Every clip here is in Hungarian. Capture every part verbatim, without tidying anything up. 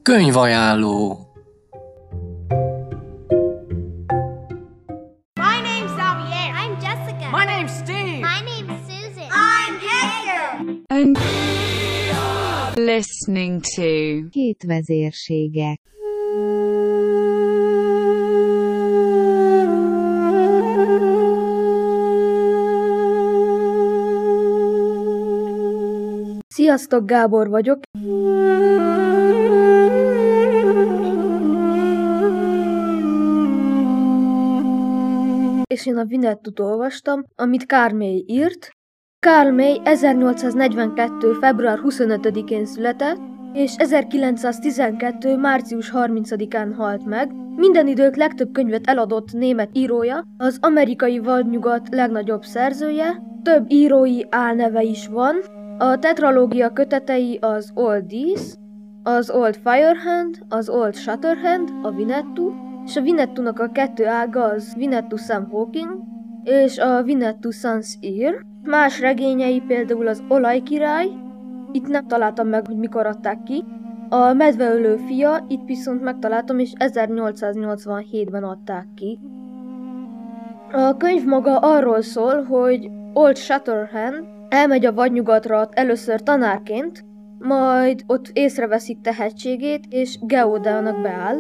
Könyvajánló. My name's Xavier. I'm Jessica. My name's Steve. My name's Susan. I'm Hector. And listening to Két vezérségek. Sziasztok, Gábor vagyok. És én a Vinettut olvastam, amit Karl May írt. Karl May ezernyolcszáznegyvenkettő. február huszonötödikén született, és ezerkilencszáztizenkettő. március harmincadikán halt meg. Minden idők legtöbb könyvet eladott német írója, az amerikai vadnyugat legnagyobb szerzője, több írói álneve is van. A tetralógia kötetei az Old Death, az Old Firehand, az Old Shatterhand, a Vinettu, és a Vinettunak a kettő ága az Vinettu Sam Hawking és a Vinettu Sans Ear. Más regényei például az Olajkirály, itt nem találtam meg, hogy mikor adták ki, a Medveölő fia, itt viszont megtaláltam, és ezernyolcszáznyolcvanhétben adták ki. A könyv maga arról szól, hogy Old Shatterhand elmegy a vadnyugatra először tanárként, majd ott észreveszik tehetségét, és geódának beáll.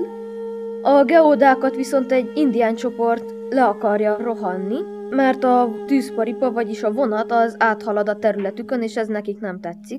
A geódákat viszont egy indián csoport le akarja rohanni, mert a tűzparipa, vagyis a vonat az áthalad a területükön, és ez nekik nem tetszik.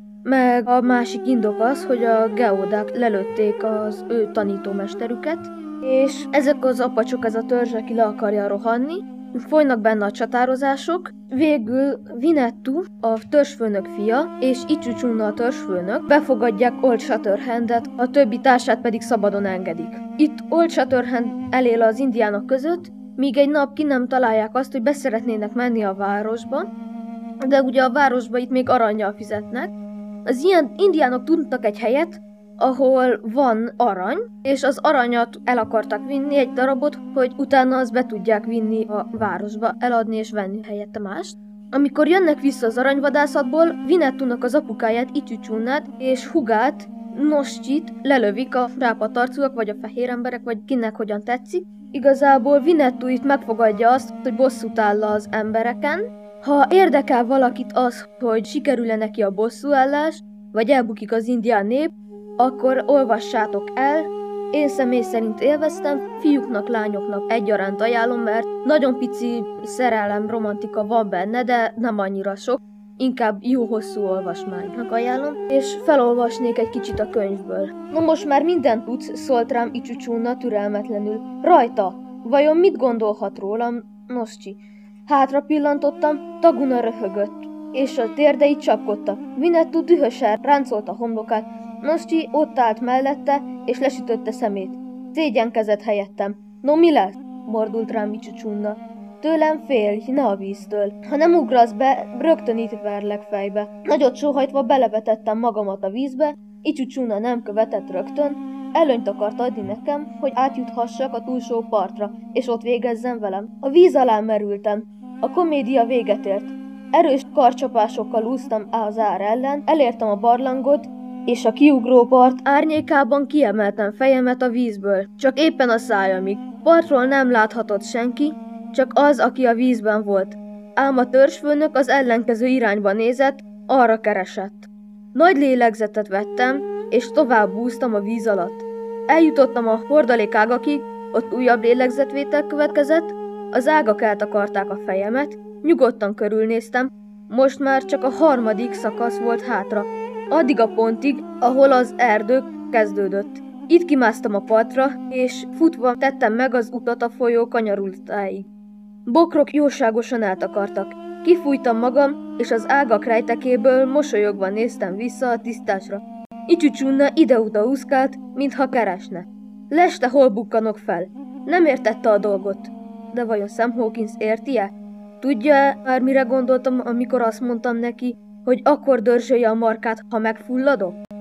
Meg a másik indok az, hogy a geódák lelőtték az ő tanítómesterüket, és ezek az apacsok, ez a törzs, aki le akarja rohanni, folynak benne a csatározások, végül Vinettu, a törzsfőnök fia, és Ichuchunna a törzsfőnök befogadják Old Shatterhandet, a többi társát pedig szabadon engedik. Itt Old Shatterhand elél az indiánok között, míg egy nap ki nem találják azt, hogy beszeretnének menni a városba, de ugye a városba itt még arannyal fizetnek. Az ilyen indiánok tudtak egy helyet, ahol van arany, és az aranyat el akartak vinni, egy darabot, hogy utána azt be tudják vinni a városba, eladni és venni helyette mást. Amikor jönnek vissza az aranyvadászatból, Vinettunak az apukáját, Ichuchunnát és hugát, Noschit lelövik a rápatarcúak, vagy a fehér emberek, vagy kinek hogyan tetszik. Igazából Vinettu itt megfogadja azt, hogy bosszút áll az embereken. Ha érdekel valakit az, hogy sikerül-e neki a bosszúállás, vagy elbukik az indián nép, akkor olvassátok el. Én személy szerint élveztem, fiúknak, lányoknak egyaránt ajánlom, mert nagyon pici szerelem, romantika van benne, de nem annyira sok, inkább jó hosszú olvasmánynak ajánlom, és felolvasnék egy kicsit a könyvből. Na most már mindent tudsz, szólt rám Ichuchunna türelmetlenül. Rajta! Vajon mit gondolhat rólam, Noschi? Hátra pillantottam, Taguna röhögött, és a térdei csapkodtak. Vinettu dühösen ráncolta a homlokát, Noschi ott állt mellette, és lesütötte szemét. Szégyenkezett helyettem. No mi lesz? Mordult rám Ichuchunna. Tőlem félj, ne a víztől. Ha nem ugrasz be, rögtön itt verlek fejbe. Nagyot sóhajtva belevetettem magamat a vízbe, Ichuchunna nem követett rögtön, előnyt akart adni nekem, hogy átjuthassak a túlsó partra, és ott végezzen velem. A víz alá merültem. A komédia véget ért. Erős karcsapásokkal úsztam az ár ellen, elértem a barlangot, és a kiugró part árnyékában kiemeltem fejemet a vízből, csak éppen a szájamig. Partról nem láthatott senki, csak az, aki a vízben volt. Ám a törzsfőnök az ellenkező irányba nézett, arra keresett. Nagy lélegzetet vettem, és tovább úsztam a víz alatt. Eljutottam a hordalékágakig, ott újabb lélegzetvétel következett, az ágak eltakarták a fejemet, nyugodtan körülnéztem, most már csak a harmadik szakasz volt hátra, addig a pontig, ahol az erdő kezdődött. Itt kimásztam a partra, és futva tettem meg az utat a folyó kanyarultáig. Bokrok jóságosan eltakartak. Kifújtam magam, és az ágak rejtekéből mosolyogva néztem vissza a tisztásra. Ichuchunna ide-oda úszkált, mintha keresne. Leste, hol bukkanok fel. Nem értette a dolgot. De vajon Sam Hawkins érti-e? Tudja-e már mire gondoltam, amikor azt mondtam neki, hogy akkor dörzsölje a markát, ha megfulladok?